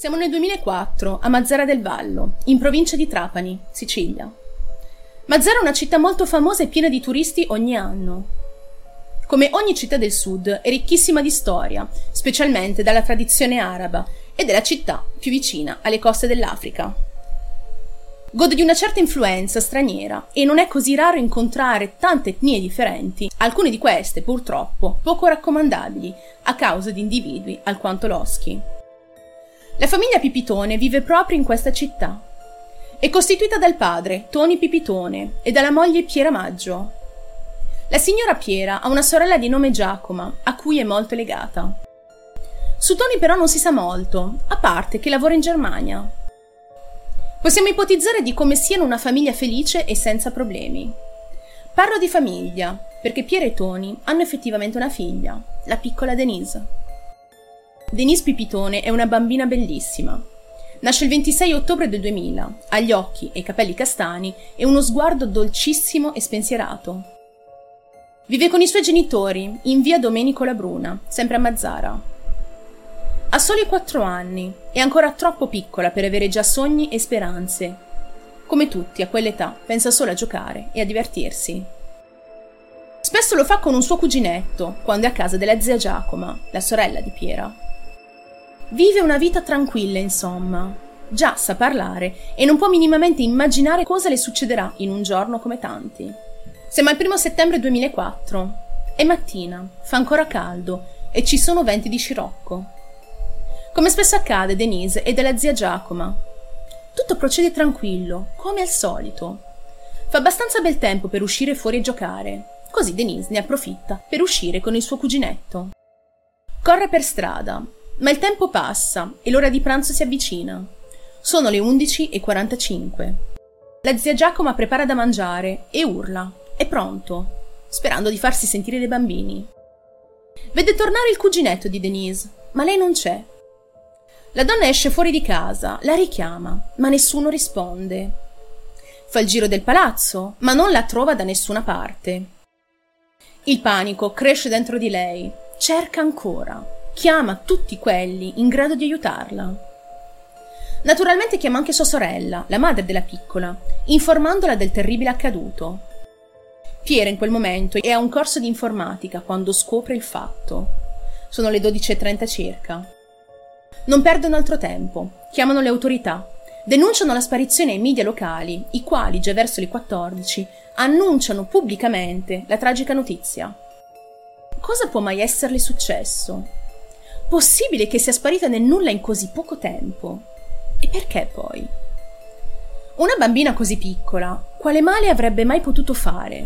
Siamo nel 2004, a Mazara del Vallo, in provincia di Trapani, Sicilia. Mazara è una città molto famosa e piena di turisti ogni anno. Come ogni città del sud, è ricchissima di storia, specialmente dalla tradizione araba, ed è la città più vicina alle coste dell'Africa. Gode di una certa influenza straniera e non è così raro incontrare tante etnie differenti, alcune di queste, purtroppo, poco raccomandabili a causa di individui alquanto loschi. La famiglia Pipitone vive proprio in questa città. È costituita dal padre, Toni Pipitone, e dalla moglie Piera Maggio. La signora Piera ha una sorella di nome Giacoma, a cui è molto legata. Su Toni però non si sa molto, a parte che lavora in Germania. Possiamo ipotizzare di come siano una famiglia felice e senza problemi. Parlo di famiglia, perché Piera e Toni hanno effettivamente una figlia, la piccola Denise. Denise Pipitone è una bambina bellissima. Nasce il 26 ottobre del 2000, ha gli occhi e i capelli castani e uno sguardo dolcissimo e spensierato. Vive con i suoi genitori in via Domenico Labruna, sempre a Mazara. Ha soli 4 anni, è ancora troppo piccola per avere già sogni e speranze. Come tutti, a quell'età, pensa solo a giocare e a divertirsi. Spesso lo fa con un suo cuginetto, quando è a casa della zia Giacoma, la sorella di Piera. Vive una vita tranquilla, insomma. Già sa parlare e non può minimamente immaginare cosa le succederà in un giorno come tanti. Siamo al 1 settembre 2004. È mattina, fa ancora caldo e ci sono venti di scirocco. Come spesso accade, Denise è della zia Giacoma. Tutto procede tranquillo, come al solito. Fa abbastanza bel tempo per uscire fuori e giocare, così Denise ne approfitta per uscire con il suo cuginetto. Corre per strada, ma il tempo passa e l'ora di pranzo si avvicina. Sono le 11:45. La zia Giacoma prepara da mangiare e urla. È pronto, sperando di farsi sentire dai bambini. Vede tornare il cuginetto di Denise, ma lei non c'è. La donna esce fuori di casa, la richiama, ma nessuno risponde. Fa il giro del palazzo, ma non la trova da nessuna parte. Il panico cresce dentro di lei, cerca ancora. Chiama tutti quelli in grado di aiutarla. Naturalmente chiama anche sua sorella, la madre della piccola, informandola del terribile accaduto. Piera in quel momento è a un corso di informatica quando scopre il fatto. Sono le 12:30 circa. Non perdono altro tempo, chiamano le autorità, denunciano la sparizione ai media locali, i quali, già verso le 14, annunciano pubblicamente la tragica notizia. Cosa può mai esserle successo? Possibile che sia sparita nel nulla in così poco tempo? E perché poi? Una bambina così piccola, quale male avrebbe mai potuto fare?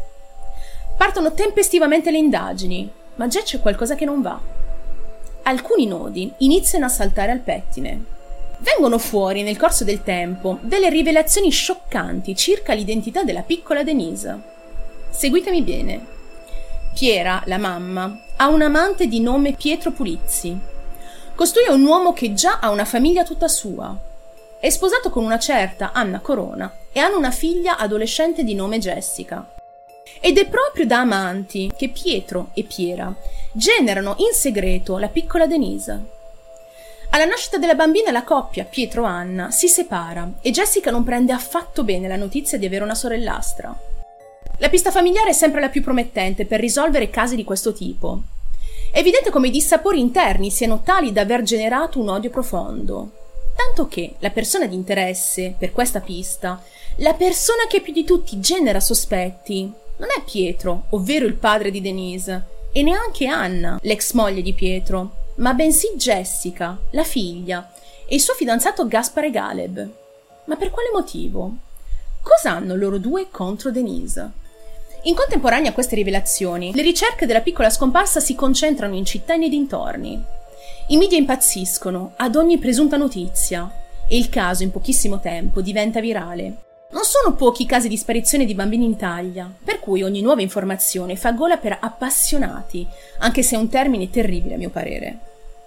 Partono tempestivamente le indagini, ma già c'è qualcosa che non va. Alcuni nodi iniziano a saltare al pettine. Vengono fuori nel corso del tempo delle rivelazioni scioccanti circa l'identità della piccola Denise. Seguitemi bene. Piera, la mamma, ha un amante di nome Pietro Pulizzi. Costui è un uomo che già ha una famiglia tutta sua. È sposato con una certa Anna Corona e hanno una figlia adolescente di nome Jessica. Ed è proprio da amanti che Pietro e Piera generano in segreto la piccola Denise. Alla nascita della bambina la coppia Pietro-Anna si separa e Jessica non prende affatto bene la notizia di avere una sorellastra. La pista familiare è sempre la più promettente per risolvere casi di questo tipo. È evidente come i dissapori interni siano tali da aver generato un odio profondo. Tanto che la persona di interesse per questa pista, la persona che più di tutti genera sospetti, non è Pietro, ovvero il padre di Denise, e neanche Anna, l'ex moglie di Pietro, ma bensì Jessica, la figlia, e il suo fidanzato Gaspare Galeb. Ma per quale motivo? Cosa hanno loro due contro Denise? In contemporanea a queste rivelazioni, le ricerche della piccola scomparsa si concentrano in città e nei dintorni. I media impazziscono ad ogni presunta notizia e il caso in pochissimo tempo diventa virale. Non sono pochi i casi di sparizione di bambini in Italia, per cui ogni nuova informazione fa gola per appassionati, anche se è un termine terribile a mio parere.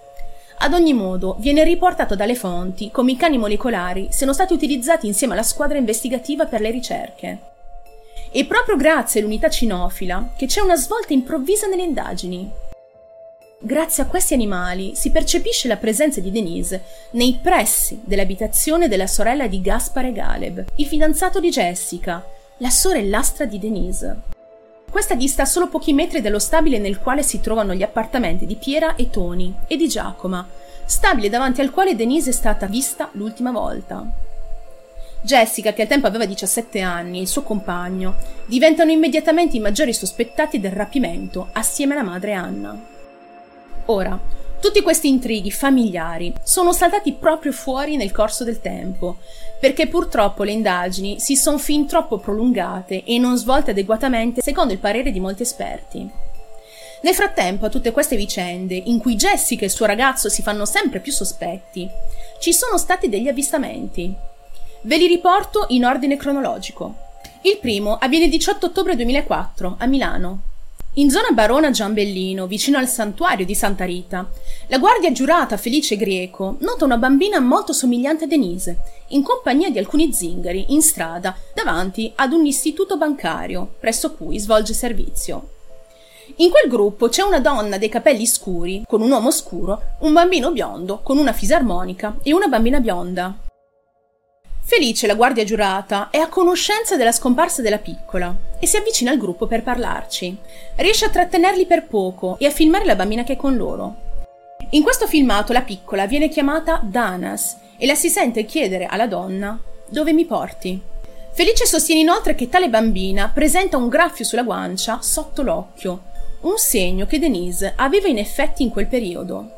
Ad ogni modo, viene riportato dalle fonti come i cani molecolari siano stati utilizzati insieme alla squadra investigativa per le ricerche. È proprio grazie all'unità cinofila che c'è una svolta improvvisa nelle indagini. Grazie a questi animali si percepisce la presenza di Denise nei pressi dell'abitazione della sorella di Gaspare Galeb, il fidanzato di Jessica, la sorellastra di Denise. Questa dista solo pochi metri dallo stabile nel quale si trovano gli appartamenti di Piera e Tony e di Giacoma, stabile davanti al quale Denise è stata vista l'ultima volta. Jessica, che al tempo aveva 17 anni, e il suo compagno diventano immediatamente i maggiori sospettati del rapimento assieme alla madre Anna. Ora, tutti questi intrighi familiari sono saltati proprio fuori nel corso del tempo, perché purtroppo le indagini si sono fin troppo prolungate e non svolte adeguatamente secondo il parere di molti esperti. Nel frattempo a tutte queste vicende, in cui Jessica e il suo ragazzo si fanno sempre più sospetti, ci sono stati degli avvistamenti. Ve li riporto in ordine cronologico. Il primo avviene il 18 ottobre 2004 a Milano. In zona Barona Giambellino, vicino al santuario di Santa Rita, la guardia giurata Felice Grieco nota una bambina molto somigliante a Denise, in compagnia di alcuni zingari, in strada, davanti ad un istituto bancario, presso cui svolge servizio. In quel gruppo c'è una donna dai capelli scuri, con un uomo scuro, un bambino biondo, con una fisarmonica e una bambina bionda. Felice, la guardia giurata, è a conoscenza della scomparsa della piccola e si avvicina al gruppo per parlarci. Riesce a trattenerli per poco e a filmare la bambina che è con loro. In questo filmato la piccola viene chiamata Danas e la si sente chiedere alla donna: «Dove mi porti?». Felice sostiene inoltre che tale bambina presenta un graffio sulla guancia sotto l'occhio, un segno che Denise aveva in effetti in quel periodo.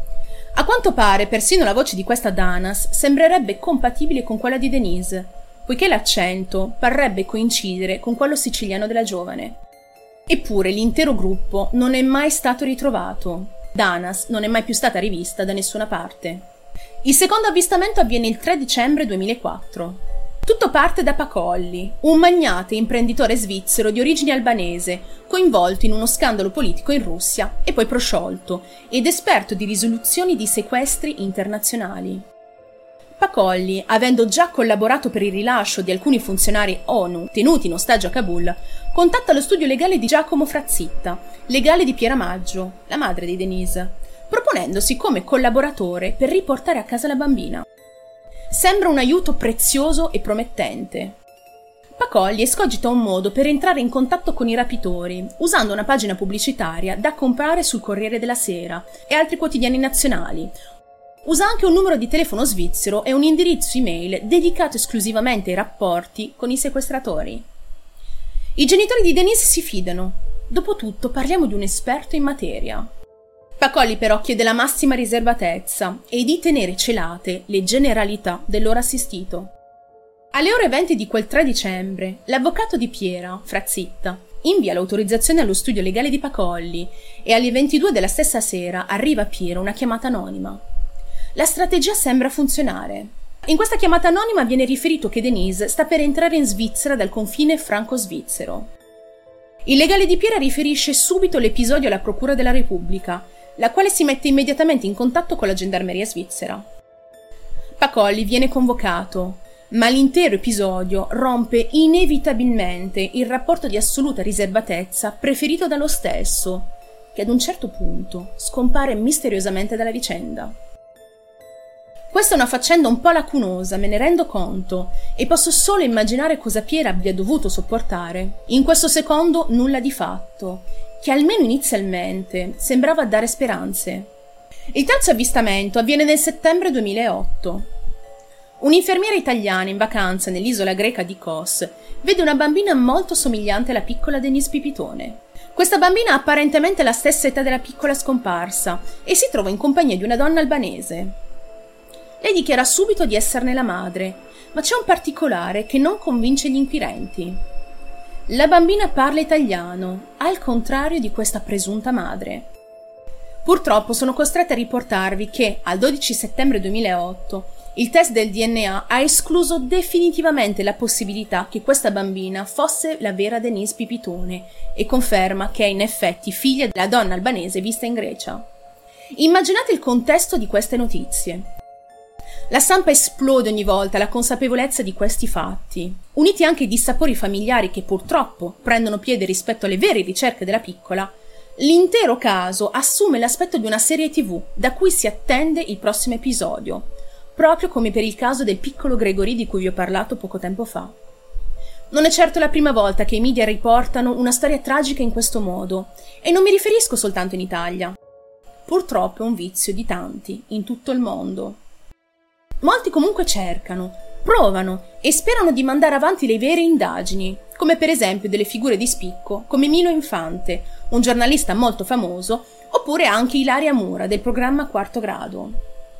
A quanto pare, persino la voce di questa Danas sembrerebbe compatibile con quella di Denise, poiché l'accento parrebbe coincidere con quello siciliano della giovane. Eppure l'intero gruppo non è mai stato ritrovato. Danas non è mai più stata rivista da nessuna parte. Il secondo avvistamento avviene il 3 dicembre 2004. Tutto parte da Pacolli, un magnate imprenditore svizzero di origine albanese, coinvolto in uno scandalo politico in Russia e poi prosciolto, ed esperto di risoluzioni di sequestri internazionali. Pacolli, avendo già collaborato per il rilascio di alcuni funzionari ONU tenuti in ostaggio a Kabul, contatta lo studio legale di Giacomo Frazzitta, legale di Piera Maggio, la madre di Denise, proponendosi come collaboratore per riportare a casa la bambina. Sembra un aiuto prezioso e promettente. Pacolli escogita un modo per entrare in contatto con i rapitori, usando una pagina pubblicitaria da comprare sul Corriere della Sera e altri quotidiani nazionali. Usa anche un numero di telefono svizzero e un indirizzo email dedicato esclusivamente ai rapporti con i sequestratori. I genitori di Denise si fidano. Dopotutto parliamo di un esperto in materia. Pacolli però chiede la massima riservatezza e di tenere celate le generalità del loro assistito. Alle ore 20 di quel 3 dicembre, l'avvocato di Piera, Frazzitta, invia l'autorizzazione allo studio legale di Pacolli e alle 22 della stessa sera arriva a Piera una chiamata anonima. La strategia sembra funzionare. In questa chiamata anonima viene riferito che Denise sta per entrare in Svizzera dal confine franco-svizzero. Il legale di Piera riferisce subito l'episodio alla Procura della Repubblica, la quale si mette immediatamente in contatto con la gendarmeria svizzera. Pacolli viene convocato, ma l'intero episodio rompe inevitabilmente il rapporto di assoluta riservatezza preferito dallo stesso, che ad un certo punto scompare misteriosamente dalla vicenda. Questa è una faccenda un po' lacunosa, me ne rendo conto, e posso solo immaginare cosa Piera abbia dovuto sopportare. In questo secondo nulla di fatto, che almeno inizialmente sembrava dare speranze. Il terzo avvistamento avviene nel settembre 2008. Un'infermiera italiana in vacanza nell'isola greca di Kos vede una bambina molto somigliante alla piccola Denise Pipitone. Questa bambina ha apparentemente la stessa età della piccola scomparsa e si trova in compagnia di una donna albanese. Lei dichiara subito di esserne la madre, ma c'è un particolare che non convince gli inquirenti. La bambina parla italiano, al contrario di questa presunta madre. Purtroppo sono costretta a riportarvi che, al 12 settembre 2008, il test del DNA ha escluso definitivamente la possibilità che questa bambina fosse la vera Denise Pipitone e conferma che è in effetti figlia della donna albanese vista in Grecia. Immaginate il contesto di queste notizie. La stampa esplode ogni volta alla consapevolezza di questi fatti, uniti anche ai dissapori familiari che purtroppo prendono piede rispetto alle vere ricerche della piccola. L'intero caso assume l'aspetto di una serie TV da cui si attende il prossimo episodio, proprio come per il caso del piccolo Gregory di cui vi ho parlato poco tempo fa. Non è certo la prima volta che i media riportano una storia tragica in questo modo, e non mi riferisco soltanto in Italia. Purtroppo è un vizio di tanti, in tutto il mondo. Molti comunque cercano, provano e sperano di mandare avanti le vere indagini, come per esempio delle figure di spicco come Milo Infante, un giornalista molto famoso, oppure anche Ilaria Mura del programma Quarto Grado.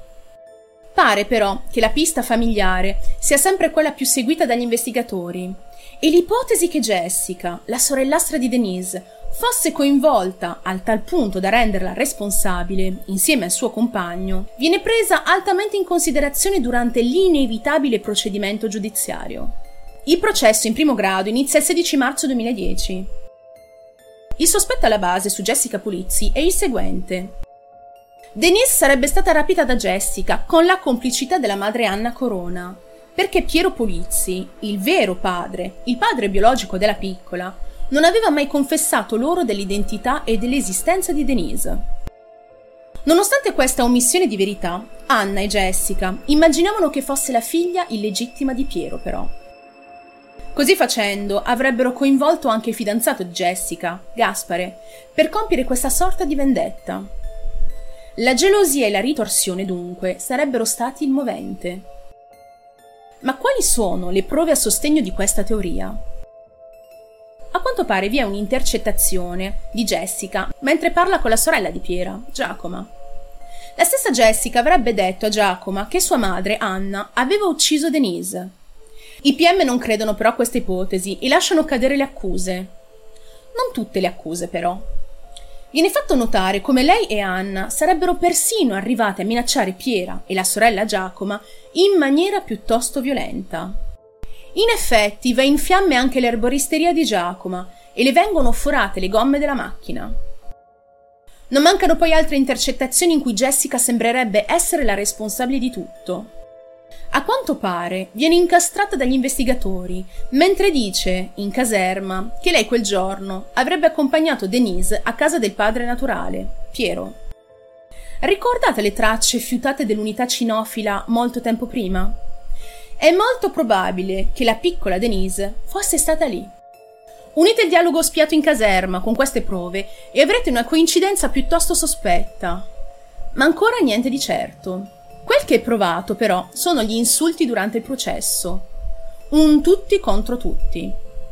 Pare però che la pista familiare sia sempre quella più seguita dagli investigatori e l'ipotesi che Jessica, la sorellastra di Denise, fosse coinvolta al tal punto da renderla responsabile insieme al suo compagno viene presa altamente in considerazione durante l'inevitabile procedimento giudiziario. Il processo in primo grado inizia il 16 marzo 2010. Il sospetto alla base su Jessica Pulizzi è il seguente. Denise sarebbe stata rapita da Jessica con la complicità della madre Anna Corona, perché Piero Pulizzi, il vero padre, il padre biologico della piccola, non aveva mai confessato loro dell'identità e dell'esistenza di Denise. Nonostante questa omissione di verità, Anna e Jessica immaginavano che fosse la figlia illegittima di Piero, però. Così facendo avrebbero coinvolto anche il fidanzato di Jessica, Gaspare, per compiere questa sorta di vendetta. La gelosia e la ritorsione, dunque, sarebbero stati il movente. Ma quali sono le prove a sostegno di questa teoria? A quanto pare vi è un'intercettazione di Jessica mentre parla con la sorella di Piera, Giacoma. La stessa Jessica avrebbe detto a Giacoma che sua madre, Anna, aveva ucciso Denise. I PM non credono però a questa ipotesi e lasciano cadere le accuse. Non tutte le accuse, però. Viene fatto notare come lei e Anna sarebbero persino arrivate a minacciare Piera e la sorella Giacoma in maniera piuttosto violenta. In effetti va in fiamme anche l'erboristeria di Giacoma e le vengono forate le gomme della macchina. Non mancano poi altre intercettazioni in cui Jessica sembrerebbe essere la responsabile di tutto. A quanto pare viene incastrata dagli investigatori mentre dice, in caserma, che lei quel giorno avrebbe accompagnato Denise a casa del padre naturale, Piero. Ricordate le tracce fiutate dell'unità cinofila molto tempo prima? È molto probabile che la piccola Denise fosse stata lì. Unite il dialogo spiato in caserma con queste prove e avrete una coincidenza piuttosto sospetta. Ma ancora niente di certo. Quel che è provato, però, sono gli insulti durante il processo. Un tutti contro tutti.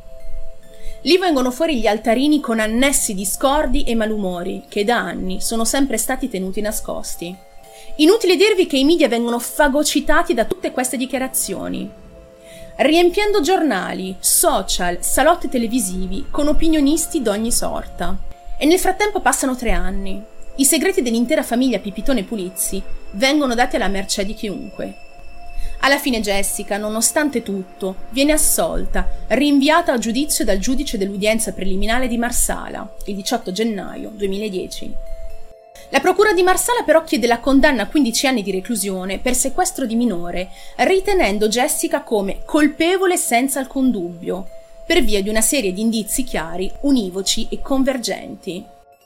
Lì vengono fuori gli altarini con annessi discordi e malumori che da anni sono sempre stati tenuti nascosti. Inutile dirvi che i media vengono fagocitati da tutte queste dichiarazioni, riempiendo giornali, social, salotti televisivi con opinionisti d'ogni sorta. E nel frattempo passano 3 anni. I segreti dell'intera famiglia Pipitone Pulizzi vengono dati alla mercé di chiunque. Alla fine Jessica, nonostante tutto, viene assolta, rinviata a giudizio dal giudice dell'udienza preliminare di Marsala, il 18 gennaio 2010. La procura di Marsala però chiede la condanna a 15 anni di reclusione per sequestro di minore, ritenendo Jessica come colpevole senza alcun dubbio, per via di una serie di indizi chiari, univoci e convergenti.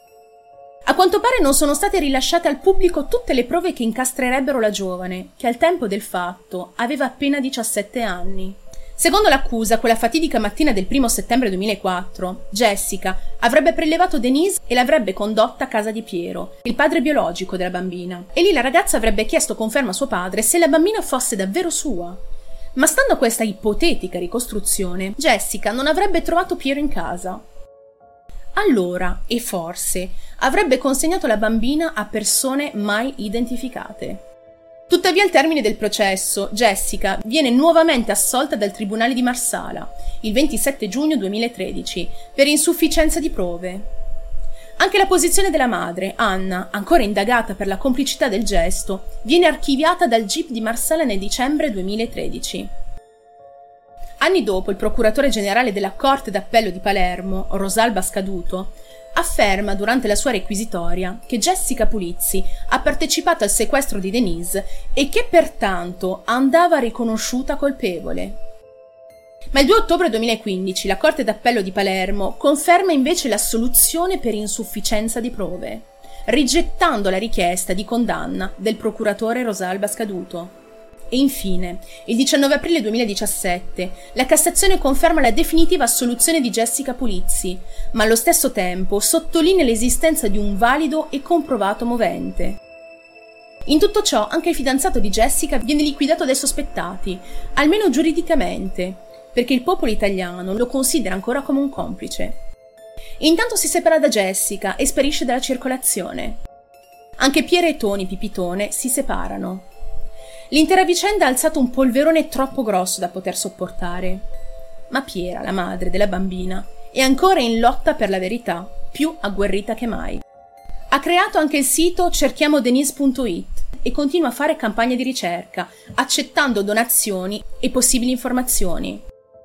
A quanto pare non sono state rilasciate al pubblico tutte le prove che incastrerebbero la giovane, che al tempo del fatto aveva appena 17 anni. Secondo l'accusa, quella fatidica mattina del 1 settembre 2004, Jessica avrebbe prelevato Denise e l'avrebbe condotta a casa di Piero, il padre biologico della bambina, e lì la ragazza avrebbe chiesto conferma a suo padre se la bambina fosse davvero sua. Ma stando a questa ipotetica ricostruzione, Jessica non avrebbe trovato Piero in casa. Allora, e forse, avrebbe consegnato la bambina a persone mai identificate. Tuttavia, al termine del processo, Jessica viene nuovamente assolta dal Tribunale di Marsala, il 27 giugno 2013, per insufficienza di prove. Anche la posizione della madre, Anna, ancora indagata per la complicità del gesto, viene archiviata dal GIP di Marsala nel dicembre 2013. Anni dopo, il procuratore generale della Corte d'Appello di Palermo, Rosalba Scaduto, afferma durante la sua requisitoria che Jessica Pulizzi ha partecipato al sequestro di Denise e che pertanto andava riconosciuta colpevole. Ma il 2 ottobre 2015 la Corte d'Appello di Palermo conferma invece l'assoluzione per insufficienza di prove, rigettando la richiesta di condanna del procuratore Rosalba Scaduto. E infine, il 19 aprile 2017, la Cassazione conferma la definitiva assoluzione di Jessica Pulizzi, ma allo stesso tempo sottolinea l'esistenza di un valido e comprovato movente. In tutto ciò, anche il fidanzato di Jessica viene liquidato dai sospettati, almeno giuridicamente, perché il popolo italiano lo considera ancora come un complice. Intanto si separa da Jessica e sparisce dalla circolazione. Anche Piera e Toni Pipitone si separano. L'intera vicenda ha alzato un polverone troppo grosso da poter sopportare. Ma Piera, la madre della bambina, è ancora in lotta per la verità, più agguerrita che mai. Ha creato anche il sito cerchiamodenise.it e continua a fare campagne di ricerca, accettando donazioni e possibili informazioni.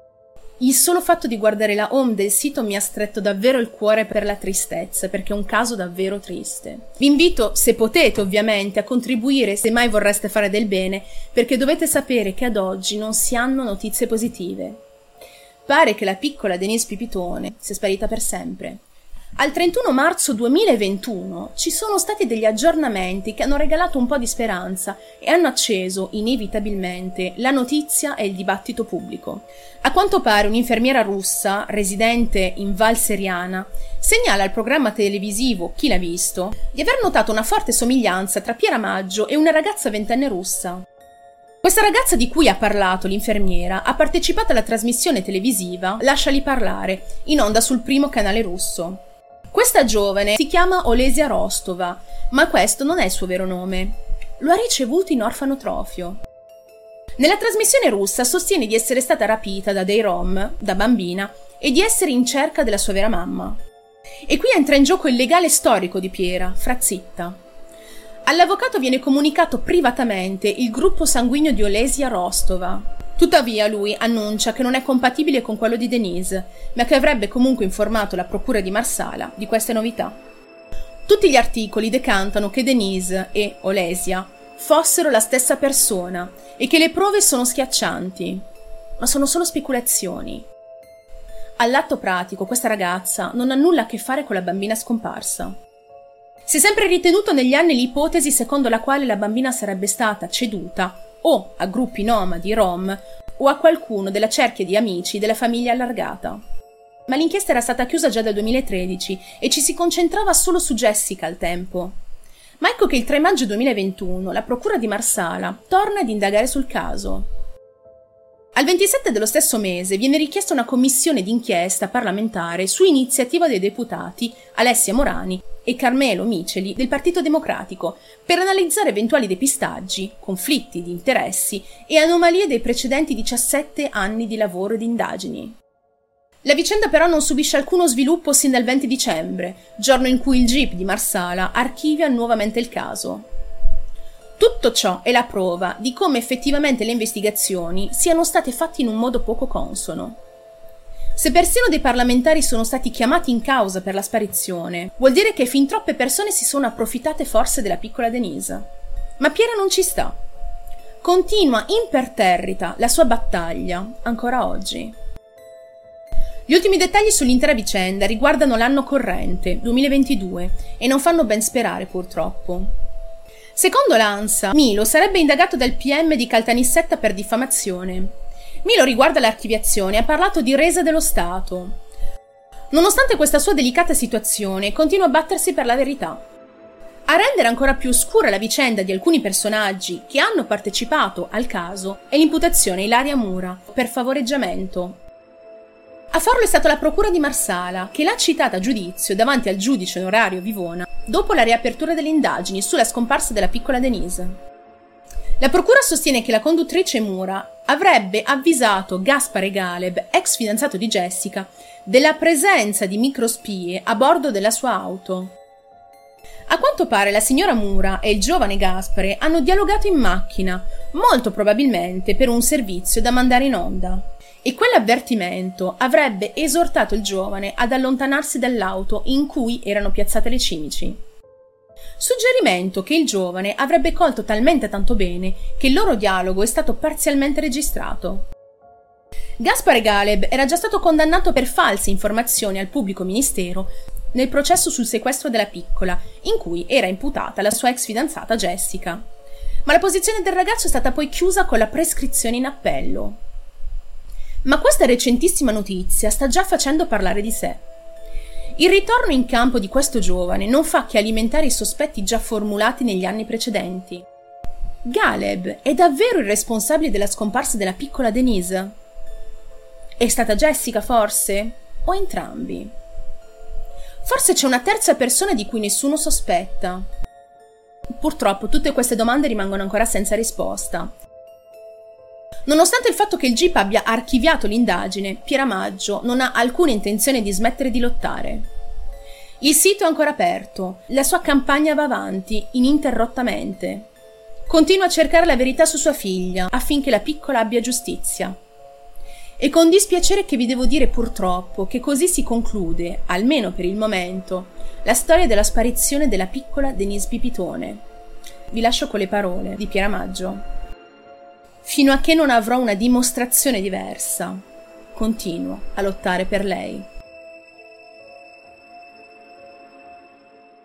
Il solo fatto di guardare la home del sito mi ha stretto davvero il cuore per la tristezza, perché è un caso davvero triste. Vi invito, se potete ovviamente, a contribuire se mai vorreste fare del bene, perché dovete sapere che ad oggi non si hanno notizie positive. Pare che la piccola Denise Pipitone sia sparita per sempre. Al 31 marzo 2021 ci sono stati degli aggiornamenti che hanno regalato un po' di speranza e hanno acceso, inevitabilmente, la notizia e il dibattito pubblico. A quanto pare un'infermiera russa, residente in Val Seriana, segnala al programma televisivo Chi l'ha visto di aver notato una forte somiglianza tra Piera Maggio e una ragazza ventenne russa. Questa ragazza di cui ha parlato l'infermiera ha partecipato alla trasmissione televisiva Lasciali parlare, in onda sul primo canale russo. Questa giovane si chiama Olesia Rostova, ma questo non è il suo vero nome. Lo ha ricevuto in orfanotrofio. Nella trasmissione russa sostiene di essere stata rapita da dei rom, da bambina, e di essere in cerca della sua vera mamma. E qui entra in gioco il legale storico di Piera, Frazzitta. All'avvocato viene comunicato privatamente il gruppo sanguigno di Olesia Rostova. Tuttavia lui annuncia che non è compatibile con quello di Denise, ma che avrebbe comunque informato la procura di Marsala di queste novità. Tutti gli articoli decantano che Denise e Olesia fossero la stessa persona e che le prove sono schiaccianti, ma sono solo speculazioni. All'atto pratico questa ragazza non ha nulla a che fare con la bambina scomparsa. Si è sempre ritenuto negli anni l'ipotesi secondo la quale la bambina sarebbe stata ceduta o a gruppi nomadi rom o a qualcuno della cerchia di amici della famiglia allargata. Ma l'inchiesta era stata chiusa già dal 2013 e ci si concentrava solo su Jessica al tempo. Ma ecco che il 3 maggio 2021 la procura di Marsala torna ad indagare sul caso. Al 27 dello stesso mese viene richiesta una commissione d'inchiesta parlamentare su iniziativa dei deputati Alessia Morani e Carmelo Miceli del Partito Democratico per analizzare eventuali depistaggi, conflitti di interessi e anomalie dei precedenti 17 anni di lavoro e di indagini. La vicenda però non subisce alcuno sviluppo sin dal 20 dicembre, giorno in cui il GIP di Marsala archivia nuovamente il caso. Tutto ciò è la prova di come effettivamente le investigazioni siano state fatte in un modo poco consono. Se persino dei parlamentari sono stati chiamati in causa per la sparizione, vuol dire che fin troppe persone si sono approfittate forse della piccola Denise. Ma Piera non ci sta. Continua imperterrita la sua battaglia, ancora oggi. Gli ultimi dettagli sull'intera vicenda riguardano l'anno corrente, 2022, e non fanno ben sperare purtroppo. Secondo l'ANSA, Milo sarebbe indagato dal PM di Caltanissetta per diffamazione. Milo, riguardo all'archiviazione, ha parlato di resa dello Stato. Nonostante questa sua delicata situazione, continua a battersi per la verità. A rendere ancora più oscura la vicenda di alcuni personaggi che hanno partecipato al caso è l'imputazione Ilaria Mura per favoreggiamento. A farlo è stata la procura di Marsala, che l'ha citata a giudizio davanti al giudice onorario Vivona dopo la riapertura delle indagini sulla scomparsa della piccola Denise. La procura sostiene che la conduttrice Mura avrebbe avvisato Gaspare Galeb, ex fidanzato di Jessica, della presenza di microspie a bordo della sua auto. A quanto pare la signora Mura e il giovane Gaspare hanno dialogato in macchina, molto probabilmente per un servizio da mandare in onda. E quell'avvertimento avrebbe esortato il giovane ad allontanarsi dall'auto in cui erano piazzate le cimici. Suggerimento che il giovane avrebbe colto talmente tanto bene che il loro dialogo è stato parzialmente registrato. Gaspare Galeb era già stato condannato per false informazioni al pubblico ministero nel processo sul sequestro della piccola, in cui era imputata la sua ex fidanzata Jessica. Ma la posizione del ragazzo è stata poi chiusa con la prescrizione in appello. Ma questa recentissima notizia sta già facendo parlare di sé. Il ritorno in campo di questo giovane non fa che alimentare i sospetti già formulati negli anni precedenti. Galeb è davvero il responsabile della scomparsa della piccola Denise? È stata Jessica, forse? O entrambi? Forse c'è una terza persona di cui nessuno sospetta. Purtroppo tutte queste domande rimangono ancora senza risposta. Nonostante il fatto che il GIP abbia archiviato l'indagine, Pieramaggio non ha alcuna intenzione di smettere di lottare. Il sito è ancora aperto, la sua campagna va avanti ininterrottamente. Continua a cercare la verità su sua figlia affinché la piccola abbia giustizia. E con dispiacere che vi devo dire purtroppo che così si conclude, almeno per il momento, la storia della sparizione della piccola Denise Pipitone. Vi lascio con le parole di Pieramaggio. Fino a che non avrò una dimostrazione diversa, continuo a lottare per lei.